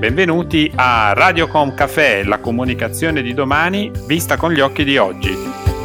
Benvenuti a Radiocom Café, la comunicazione di domani vista con gli occhi di oggi.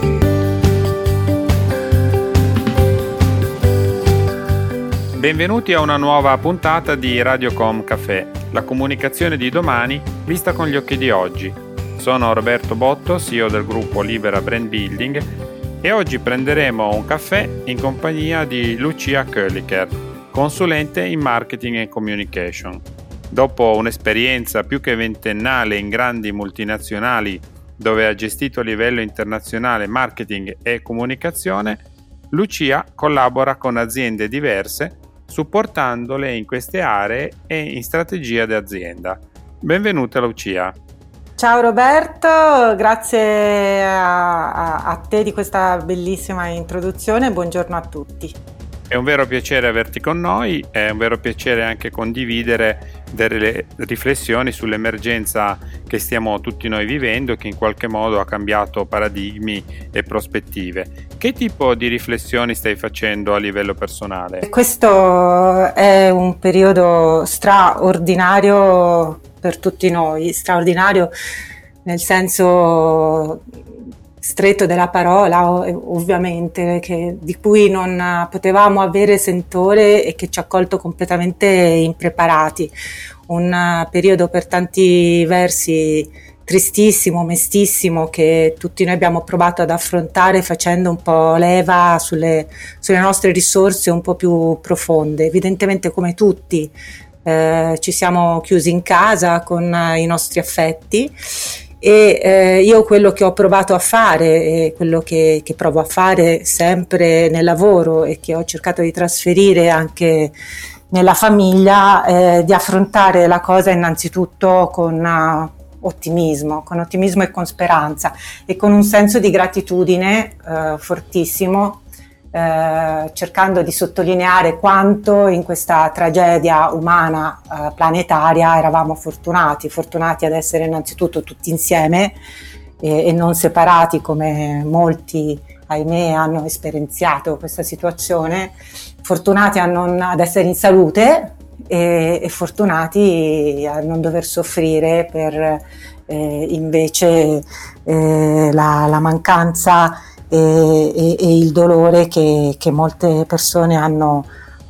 Benvenuti a una nuova puntata di Radiocom Café, la comunicazione di domani vista con gli occhi di oggi. Sono Roberto Botto, CEO del gruppo Libera Brand Building, e oggi prenderemo un caffè in compagnia di Lucia Köhliker, consulente in marketing e communication. Dopo un'esperienza più che ventennale in grandi multinazionali dove ha gestito a livello internazionale marketing e comunicazione, Lucia collabora con aziende diverse, supportandole in queste aree e in strategia di azienda. Benvenuta Lucia. Ciao Roberto, grazie a te di questa bellissima introduzione, buongiorno a tutti. È un vero piacere averti con noi, è un vero piacere anche condividere delle riflessioni sull'emergenza che stiamo tutti noi vivendo e che in qualche modo ha cambiato paradigmi e prospettive. Che tipo di riflessioni stai facendo a livello personale? Questo è un periodo straordinario per tutti noi, straordinario nel senso stretto della parola, ovviamente, di cui non potevamo avere sentore e che ci ha colto completamente impreparati. Un periodo per tanti versi tristissimo, mestissimo, che tutti noi abbiamo provato ad affrontare facendo un po' leva sulle nostre risorse un po' più profonde. Evidentemente, come tutti, ci siamo chiusi in casa con i nostri affetti. E io quello che ho provato a fare e quello che provo a fare sempre nel lavoro e che ho cercato di trasferire anche nella famiglia è di affrontare la cosa innanzitutto con ottimismo e con speranza e con un senso di gratitudine fortissimo, cercando di sottolineare quanto in questa tragedia umana planetaria eravamo fortunati ad essere innanzitutto tutti insieme e non separati come molti, ahimè, hanno esperienziato questa situazione, fortunati ad essere in salute e fortunati a non dover soffrire per invece la mancanza e il dolore che molte persone hanno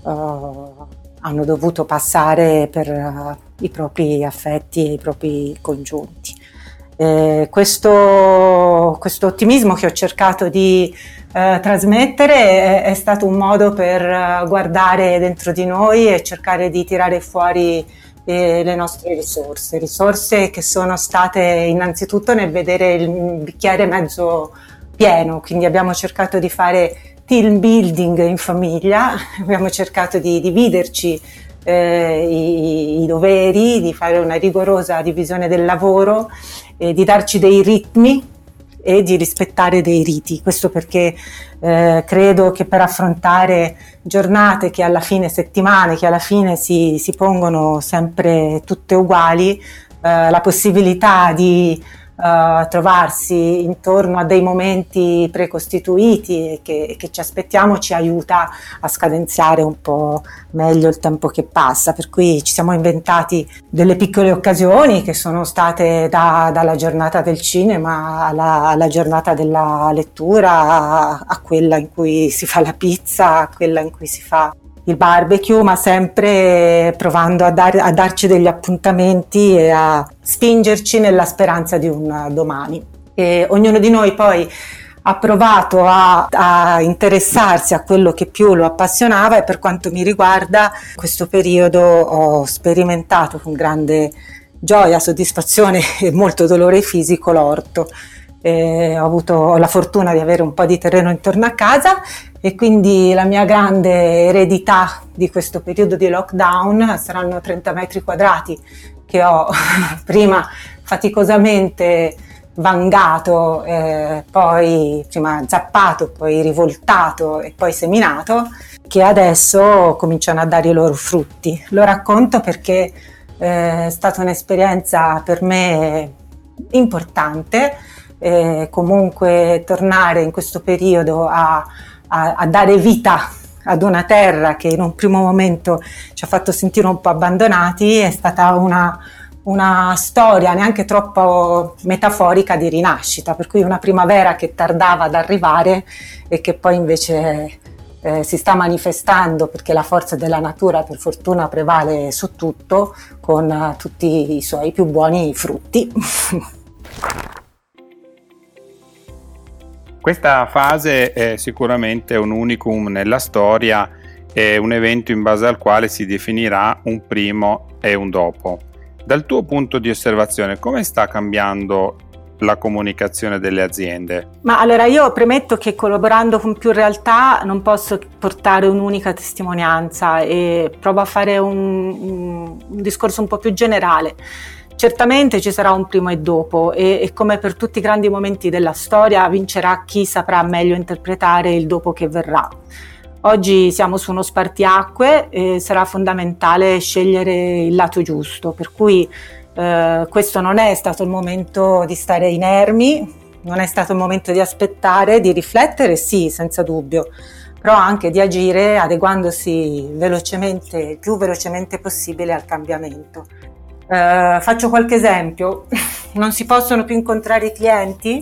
dovuto passare per i propri affetti e i propri congiunti. Questo ottimismo che ho cercato di trasmettere è stato un modo per guardare dentro di noi e cercare di tirare fuori le nostre risorse che sono state innanzitutto nel vedere il bicchiere mezzo pieno, quindi abbiamo cercato di fare team building in famiglia, abbiamo cercato di dividerci i doveri, di fare una rigorosa divisione del lavoro, di darci dei ritmi e di rispettare dei riti. Questo perché credo che per affrontare giornate che alla fine, settimane che alla fine si pongono sempre tutte uguali, la possibilità di trovarsi intorno a dei momenti precostituiti e che ci aspettiamo ci aiuta a scadenziare un po' meglio il tempo che passa, per cui ci siamo inventati delle piccole occasioni che sono state dalla giornata del cinema alla giornata della lettura a quella in cui si fa la pizza, a quella in cui si fa il barbecue, ma sempre provando a darci degli appuntamenti e a spingerci nella speranza di un domani. E ognuno di noi poi ha provato a interessarsi a quello che più lo appassionava e per quanto mi riguarda questo periodo ho sperimentato con grande gioia, soddisfazione e molto dolore fisico l'orto. Ho avuto la fortuna di avere un po' di terreno intorno a casa e quindi la mia grande eredità di questo periodo di lockdown saranno 30 metri quadrati che ho prima faticosamente vangato, poi prima zappato, poi rivoltato e poi seminato, che adesso cominciano a dare i loro frutti. Lo racconto perché è stata un'esperienza per me importante. Comunque tornare in questo periodo a dare vita ad una terra che in un primo momento ci ha fatto sentire un po' abbandonati è stata una storia neanche troppo metaforica di rinascita, per cui una primavera che tardava ad arrivare e che poi invece si sta manifestando, perché la forza della natura per fortuna prevale su tutto, con tutti i suoi più buoni frutti. Questa fase è sicuramente un unicum nella storia, è un evento in base al quale si definirà un primo e un dopo. Dal tuo punto di osservazione, come sta cambiando la comunicazione delle aziende? Ma allora io premetto che collaborando con più realtà non posso portare un'unica testimonianza e provo a fare un discorso un po' più generale. Certamente ci sarà un prima e dopo e come per tutti i grandi momenti della storia vincerà chi saprà meglio interpretare il dopo che verrà. Oggi siamo su uno spartiacque e sarà fondamentale scegliere il lato giusto, per cui questo non è stato il momento di stare inermi, non è stato il momento di aspettare, di riflettere, sì, senza dubbio, però anche di agire adeguandosi velocemente, il più velocemente possibile al cambiamento. Faccio qualche esempio: non si possono più incontrare i clienti,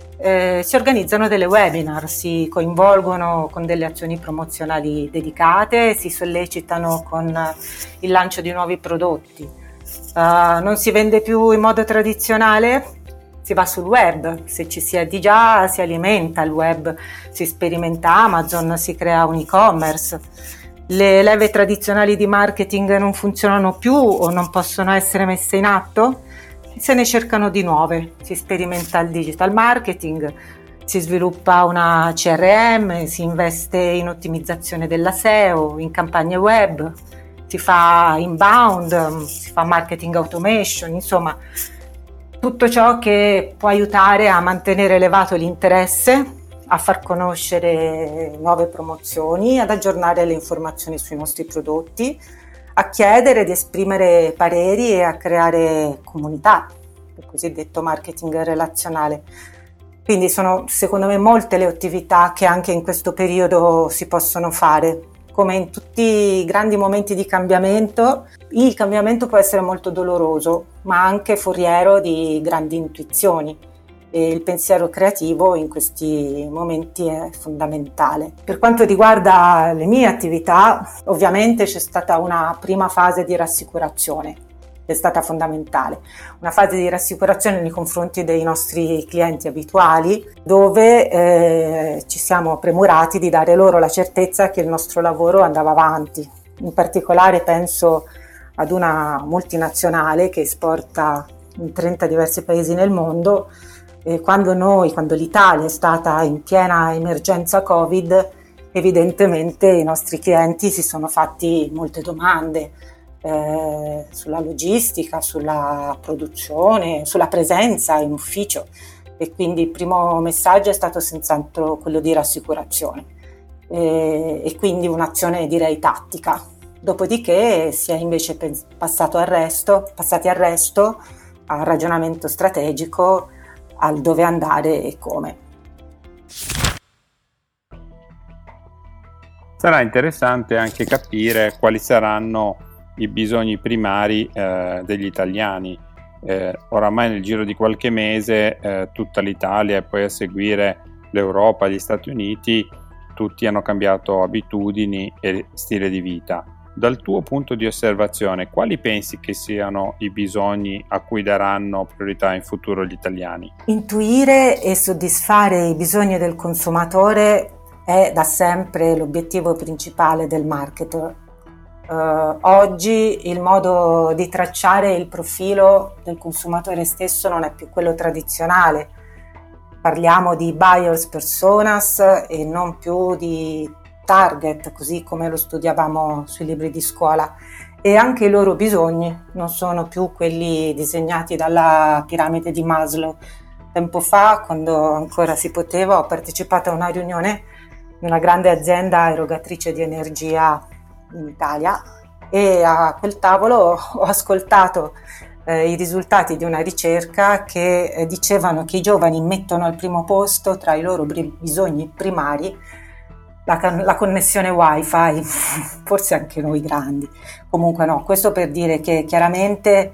si organizzano delle webinar, si coinvolgono con delle azioni promozionali dedicate, si sollecitano con il lancio di nuovi prodotti. Non si vende più in modo tradizionale, si va sul web, se ci si è di già si alimenta il web, si sperimenta Amazon, si crea un e-commerce. Le leve tradizionali di marketing non funzionano più o non possono essere messe in atto? Se ne cercano di nuove, si sperimenta il digital marketing, si sviluppa una CRM, si investe in ottimizzazione della SEO, in campagne web, si fa inbound, si fa marketing automation, insomma tutto ciò che può aiutare a mantenere elevato l'interesse, a far conoscere nuove promozioni, ad aggiornare le informazioni sui nostri prodotti, a chiedere di esprimere pareri e a creare comunità, il cosiddetto marketing relazionale. Quindi sono secondo me molte le attività che anche in questo periodo si possono fare. Come in tutti i grandi momenti di cambiamento, il cambiamento può essere molto doloroso, ma anche foriero di grandi intuizioni. E il pensiero creativo in questi momenti è fondamentale. Per quanto riguarda le mie attività, ovviamente c'è stata una prima fase di rassicurazione, che è stata fondamentale, una fase di rassicurazione nei confronti dei nostri clienti abituali, dove ci siamo premurati di dare loro la certezza che il nostro lavoro andava avanti. In particolare penso ad una multinazionale che esporta in 30 diversi paesi nel mondo. Quando l'Italia è stata in piena emergenza Covid, evidentemente i nostri clienti si sono fatti molte domande sulla logistica, sulla produzione, sulla presenza in ufficio, e quindi il primo messaggio è stato senz'altro quello di rassicurazione e quindi un'azione direi tattica. Dopodiché si è invece passati al resto, al ragionamento strategico, al dove andare e come. Sarà interessante anche capire quali saranno i bisogni primari degli italiani. Oramai nel giro di qualche mese tutta l'Italia e poi a seguire l'Europa e gli Stati Uniti, tutti hanno cambiato abitudini e stile di vita. Dal tuo punto di osservazione, quali pensi che siano i bisogni a cui daranno priorità in futuro gli italiani? Intuire e soddisfare i bisogni del consumatore è da sempre l'obiettivo principale del marketer. Oggi il modo di tracciare il profilo del consumatore stesso non è più quello tradizionale. Parliamo di buyers personas e non più di target, così come lo studiavamo sui libri di scuola, e anche i loro bisogni non sono più quelli disegnati dalla piramide di Maslow. Tempo fa, quando ancora si poteva, ho partecipato a una riunione di una grande azienda erogatrice di energia in Italia e a quel tavolo ho ascoltato i risultati di una ricerca che dicevano che i giovani mettono al primo posto tra i loro bisogni primari la connessione wifi, forse anche noi grandi. Comunque no, questo per dire che chiaramente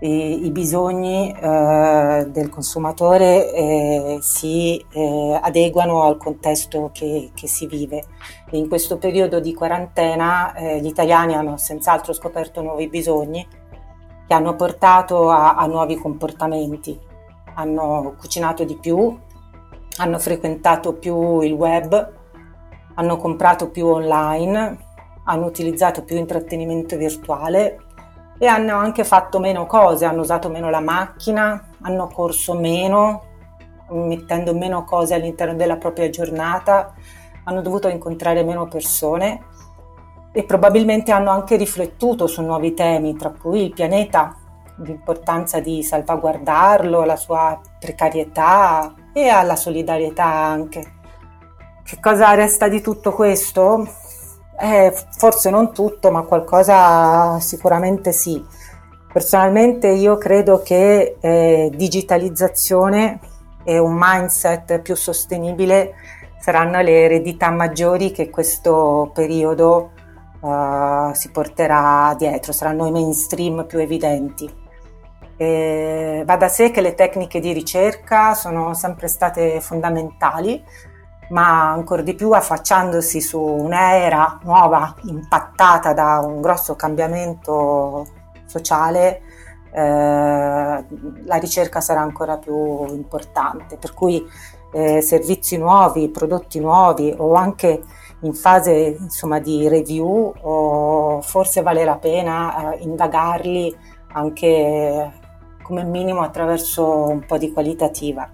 i bisogni del consumatore si adeguano al contesto che si vive. In questo periodo di quarantena gli italiani hanno senz'altro scoperto nuovi bisogni che hanno portato a nuovi comportamenti. Hanno cucinato di più, hanno frequentato più il web, hanno comprato più online, hanno utilizzato più intrattenimento virtuale e hanno anche fatto meno cose, hanno usato meno la macchina, hanno corso meno, mettendo meno cose all'interno della propria giornata, hanno dovuto incontrare meno persone e probabilmente hanno anche riflettuto su nuovi temi, tra cui il pianeta, l'importanza di salvaguardarlo, la sua precarietà e alla solidarietà anche. Che cosa resta di tutto questo? Forse non tutto, ma qualcosa sicuramente sì. Personalmente io credo che digitalizzazione e un mindset più sostenibile saranno le eredità maggiori che questo periodo si porterà dietro, saranno i mainstream più evidenti. Va da sé che le tecniche di ricerca sono sempre state fondamentali, ma ancora di più affacciandosi su un'era nuova impattata da un grosso cambiamento sociale, la ricerca sarà ancora più importante, per cui servizi nuovi, prodotti nuovi o anche in fase di review, o forse vale la pena indagarli anche come minimo attraverso un po' di qualitativa.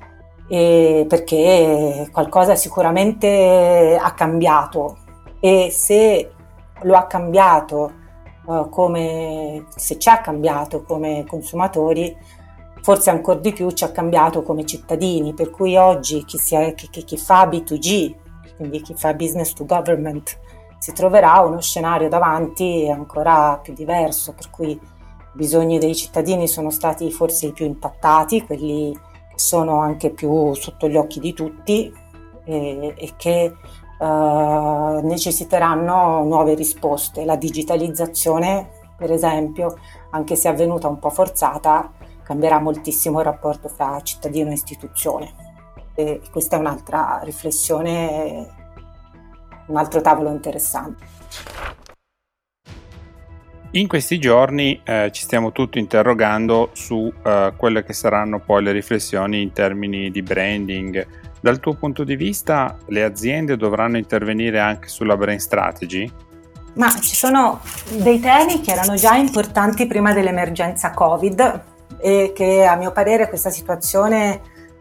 Perché qualcosa sicuramente ha cambiato, e se lo ha cambiato se ci ha cambiato come consumatori, forse ancora di più ci ha cambiato come cittadini, per cui oggi chi fa B2G, quindi chi fa business to government, si troverà uno scenario davanti ancora più diverso, per cui i bisogni dei cittadini sono stati forse i più impattati, quelli sono anche più sotto gli occhi di tutti e che necessiteranno nuove risposte. La digitalizzazione, per esempio, anche se è avvenuta un po' forzata, cambierà moltissimo il rapporto fra cittadino e istituzione. E questa è un'altra riflessione, un altro tavolo interessante. In questi giorni ci stiamo tutti interrogando su quelle che saranno poi le riflessioni in termini di branding. Dal tuo punto di vista, le aziende dovranno intervenire anche sulla brand strategy? Ma ci sono dei temi che erano già importanti prima dell'emergenza Covid e che a mio parere questa situazione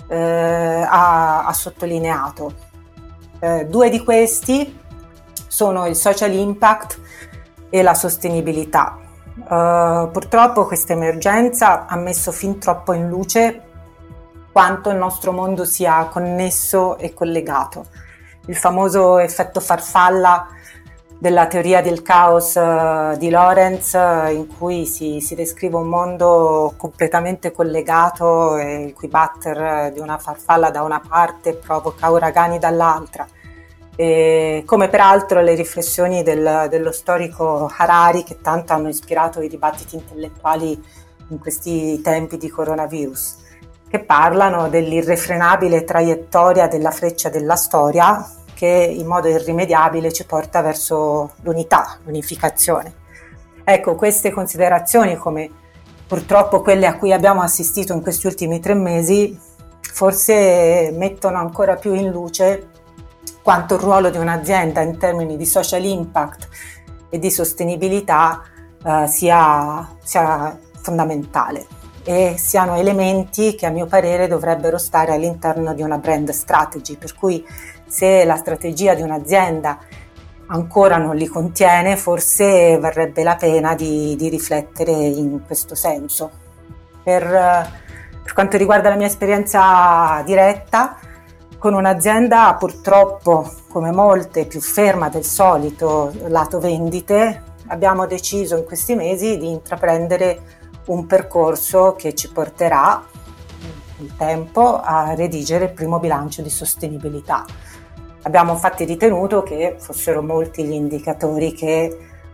ha sottolineato. Due di questi sono il social impact e la sostenibilità. Purtroppo questa emergenza ha messo fin troppo in luce quanto il nostro mondo sia connesso e collegato. Il famoso effetto farfalla della teoria del caos di Lorenz, in cui si descrive un mondo completamente collegato e il cui batter di una farfalla da una parte provoca uragani dall'altra. Come peraltro le riflessioni dello storico Harari, che tanto hanno ispirato i dibattiti intellettuali in questi tempi di coronavirus, che parlano dell'irrefrenabile traiettoria della freccia della storia che in modo irrimediabile ci porta verso l'unità, l'unificazione. Ecco, queste considerazioni, come purtroppo quelle a cui abbiamo assistito in questi ultimi 3 mesi, forse mettono ancora più in luce quanto il ruolo di un'azienda in termini di social impact e di sostenibilità sia fondamentale, e siano elementi che a mio parere dovrebbero stare all'interno di una brand strategy, per cui se la strategia di un'azienda ancora non li contiene, forse varrebbe la pena di riflettere in questo senso. Per quanto riguarda la mia esperienza diretta, con un'azienda purtroppo, come molte, più ferma del solito lato vendite, abbiamo deciso in questi mesi di intraprendere un percorso che ci porterà nel tempo a redigere il primo bilancio di sostenibilità. Abbiamo infatti ritenuto che fossero molti gli indicatori che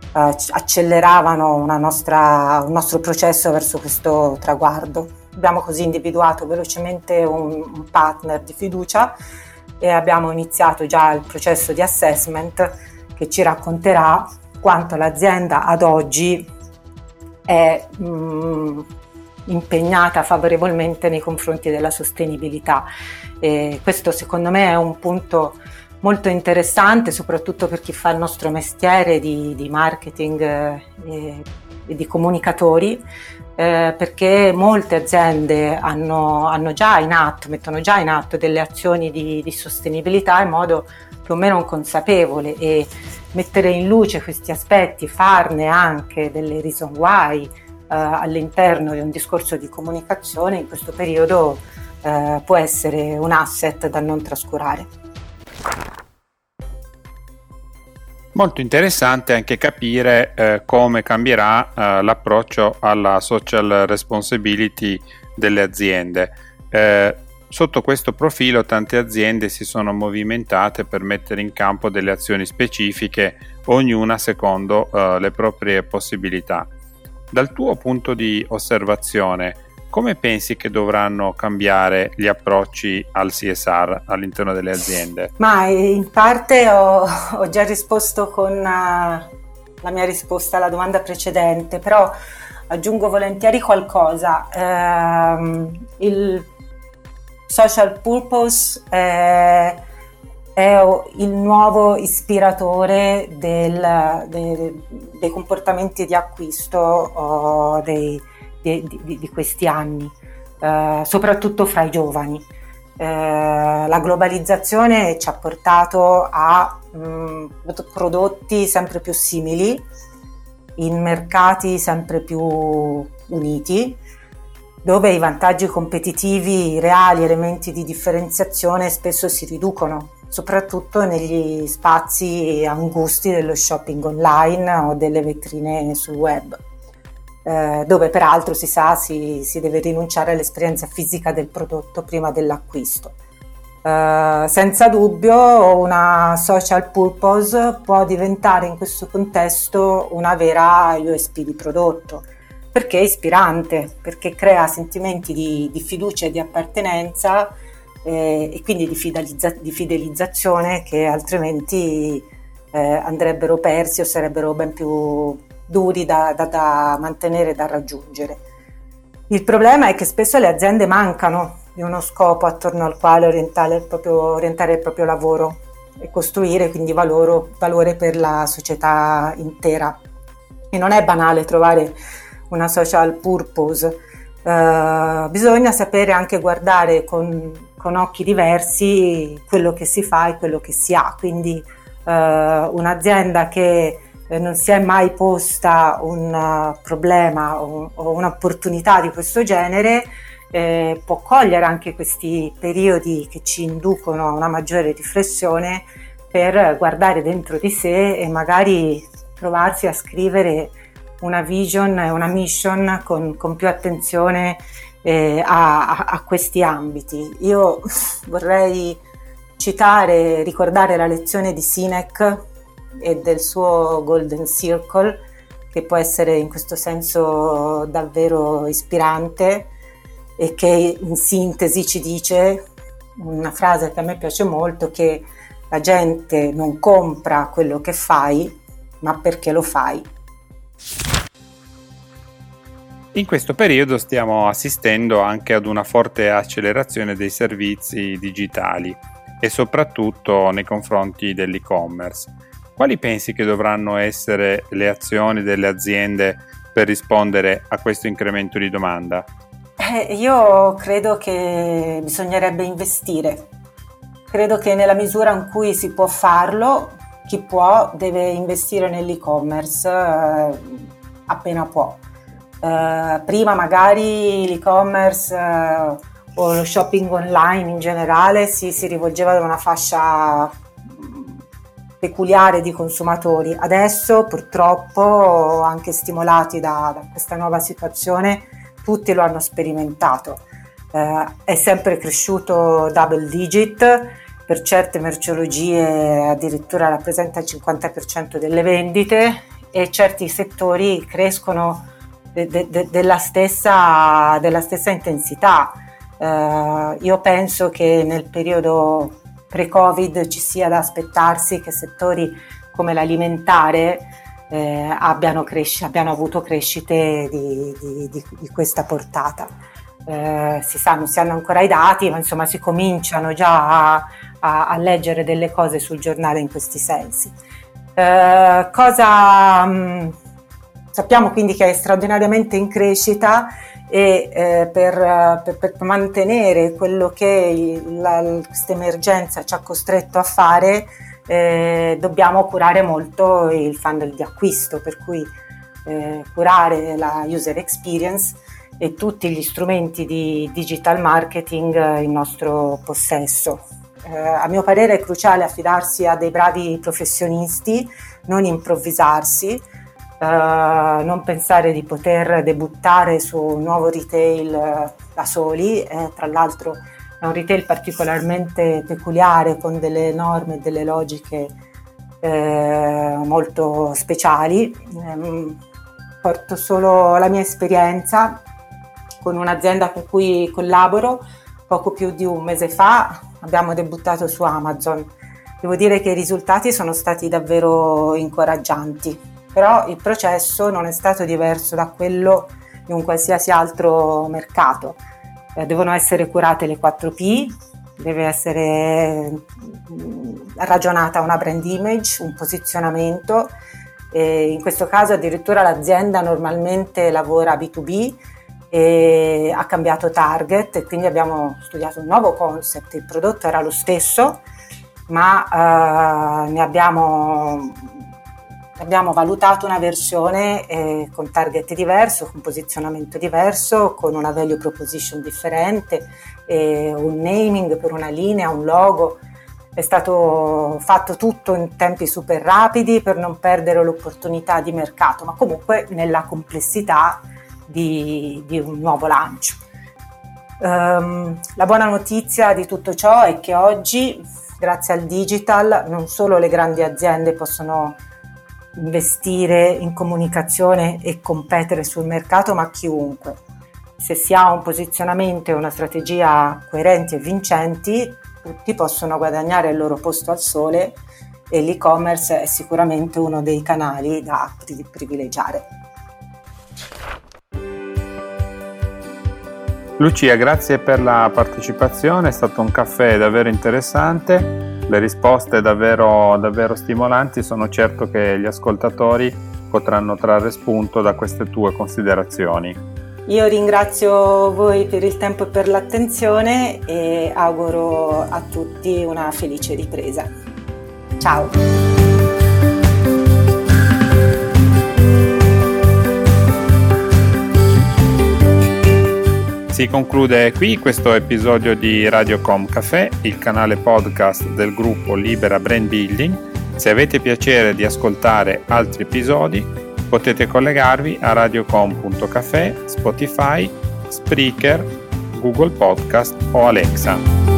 acceleravano un nostro processo verso questo traguardo. Abbiamo così individuato velocemente un partner di fiducia e abbiamo iniziato già il processo di assessment che ci racconterà quanto l'azienda ad oggi è impegnata favorevolmente nei confronti della sostenibilità. E questo secondo me è un punto molto interessante, soprattutto per chi fa il nostro mestiere di marketing e di comunicatori, perché molte aziende mettono già in atto delle azioni di sostenibilità in modo più o meno consapevole, e mettere in luce questi aspetti, farne anche delle reason why all'interno di un discorso di comunicazione in questo periodo può essere un asset da non trascurare. Molto interessante anche capire come cambierà l'approccio alla social responsibility delle aziende. Sotto questo profilo tante aziende si sono movimentate per mettere in campo delle azioni specifiche, ognuna secondo le proprie possibilità. Dal tuo punto di osservazione, come pensi che dovranno cambiare gli approcci al CSR all'interno delle aziende? Ma in parte ho già risposto con la mia risposta alla domanda precedente, però aggiungo volentieri qualcosa. Il social purpose è il nuovo ispiratore dei comportamenti di acquisto di questi anni, soprattutto fra i giovani. La globalizzazione ci ha portato a prodotti sempre più simili, in mercati sempre più uniti, dove i vantaggi competitivi, i reali elementi di differenziazione spesso si riducono, soprattutto negli spazi angusti dello shopping online o delle vetrine sul web, dove peraltro si sa si deve rinunciare all'esperienza fisica del prodotto prima dell'acquisto. Senza dubbio una social purpose può diventare in questo contesto una vera USP di prodotto, perché è ispirante, perché crea sentimenti di fiducia e di appartenenza e quindi di fidelizzazione che altrimenti andrebbero persi o sarebbero ben più duri da mantenere e da raggiungere. Il problema è che spesso le aziende mancano di uno scopo attorno al quale orientare il proprio lavoro e costruire quindi valore per la società intera. E non è banale trovare una social purpose, bisogna sapere anche guardare con occhi diversi quello che si fa e quello che si ha, quindi un'azienda che non si è mai posta un problema o un'opportunità di questo genere può cogliere anche questi periodi che ci inducono a una maggiore riflessione per guardare dentro di sé e magari provarsi a scrivere una vision e una mission con più attenzione a questi ambiti. Io vorrei ricordare la lezione di Sinek e del suo Golden Circle, che può essere in questo senso davvero ispirante e che in sintesi ci dice una frase che a me piace molto, che la gente non compra quello che fai, ma perché lo fai. In questo periodo stiamo assistendo anche ad una forte accelerazione dei servizi digitali e soprattutto nei confronti dell'e-commerce. Quali pensi che dovranno essere le azioni delle aziende per rispondere a questo incremento di domanda? Io credo che bisognerebbe investire. Credo che nella misura in cui si può farlo, chi può deve investire nell'e-commerce appena può. Prima magari l'e-commerce o lo shopping online in generale si rivolgeva ad una fascia peculiare di consumatori. Adesso purtroppo, anche stimolati da questa nuova situazione, tutti lo hanno sperimentato. È sempre cresciuto double digit, per certe merceologie addirittura rappresenta il 50% delle vendite e certi settori crescono della stessa intensità. Io penso che nel periodo pre-Covid ci sia da aspettarsi che settori come l'alimentare abbiano avuto crescite di questa portata. Non si hanno ancora i dati, ma insomma si cominciano già a leggere delle cose sul giornale in questi sensi. Sappiamo quindi che è straordinariamente in crescita e per mantenere quello che questa emergenza ci ha costretto a fare, dobbiamo curare molto il funnel di acquisto, per cui curare la user experience e tutti gli strumenti di digital marketing in nostro possesso. A mio parere è cruciale affidarsi a dei bravi professionisti, non improvvisarsi, non pensare di poter debuttare su un nuovo retail da soli. Tra l'altro è un retail particolarmente peculiare, con delle norme e delle logiche molto speciali. Porto solo la mia esperienza con un'azienda con cui collaboro. Poco più di un mese fa abbiamo debuttato su Amazon. Devo dire che i risultati sono stati davvero incoraggianti, però il processo non è stato diverso da quello di un qualsiasi altro mercato. Devono essere curate le 4P, deve essere ragionata una brand image, un posizionamento, e in questo caso addirittura l'azienda normalmente lavora B2B e ha cambiato target, e quindi abbiamo studiato un nuovo concept. Il prodotto era lo stesso, ma ne abbiamo valutato una versione con target diverso, con posizionamento diverso, con una value proposition differente, un naming per una linea, un logo. È stato fatto tutto in tempi super rapidi per non perdere l'opportunità di mercato, ma comunque nella complessità di un nuovo lancio. La buona notizia di tutto ciò è che oggi, grazie al digital, non solo le grandi aziende possono investire in comunicazione e competere sul mercato, ma chiunque. Se si ha un posizionamento e una strategia coerenti e vincenti, tutti possono guadagnare il loro posto al sole, e l'e-commerce è sicuramente uno dei canali da privilegiare. Lucia, grazie per la partecipazione, è stato un caffè davvero interessante, le risposte davvero stimolanti. Sono certo che gli ascoltatori potranno trarre spunto da queste tue considerazioni. Io ringrazio voi per il tempo e per l'attenzione e auguro a tutti una felice ripresa. Ciao! Si conclude qui questo episodio di Radiocom Café, il canale podcast del gruppo Libera Brand Building. Se avete piacere di ascoltare altri episodi, potete collegarvi a radiocom.café, Spotify, Spreaker, Google Podcast o Alexa.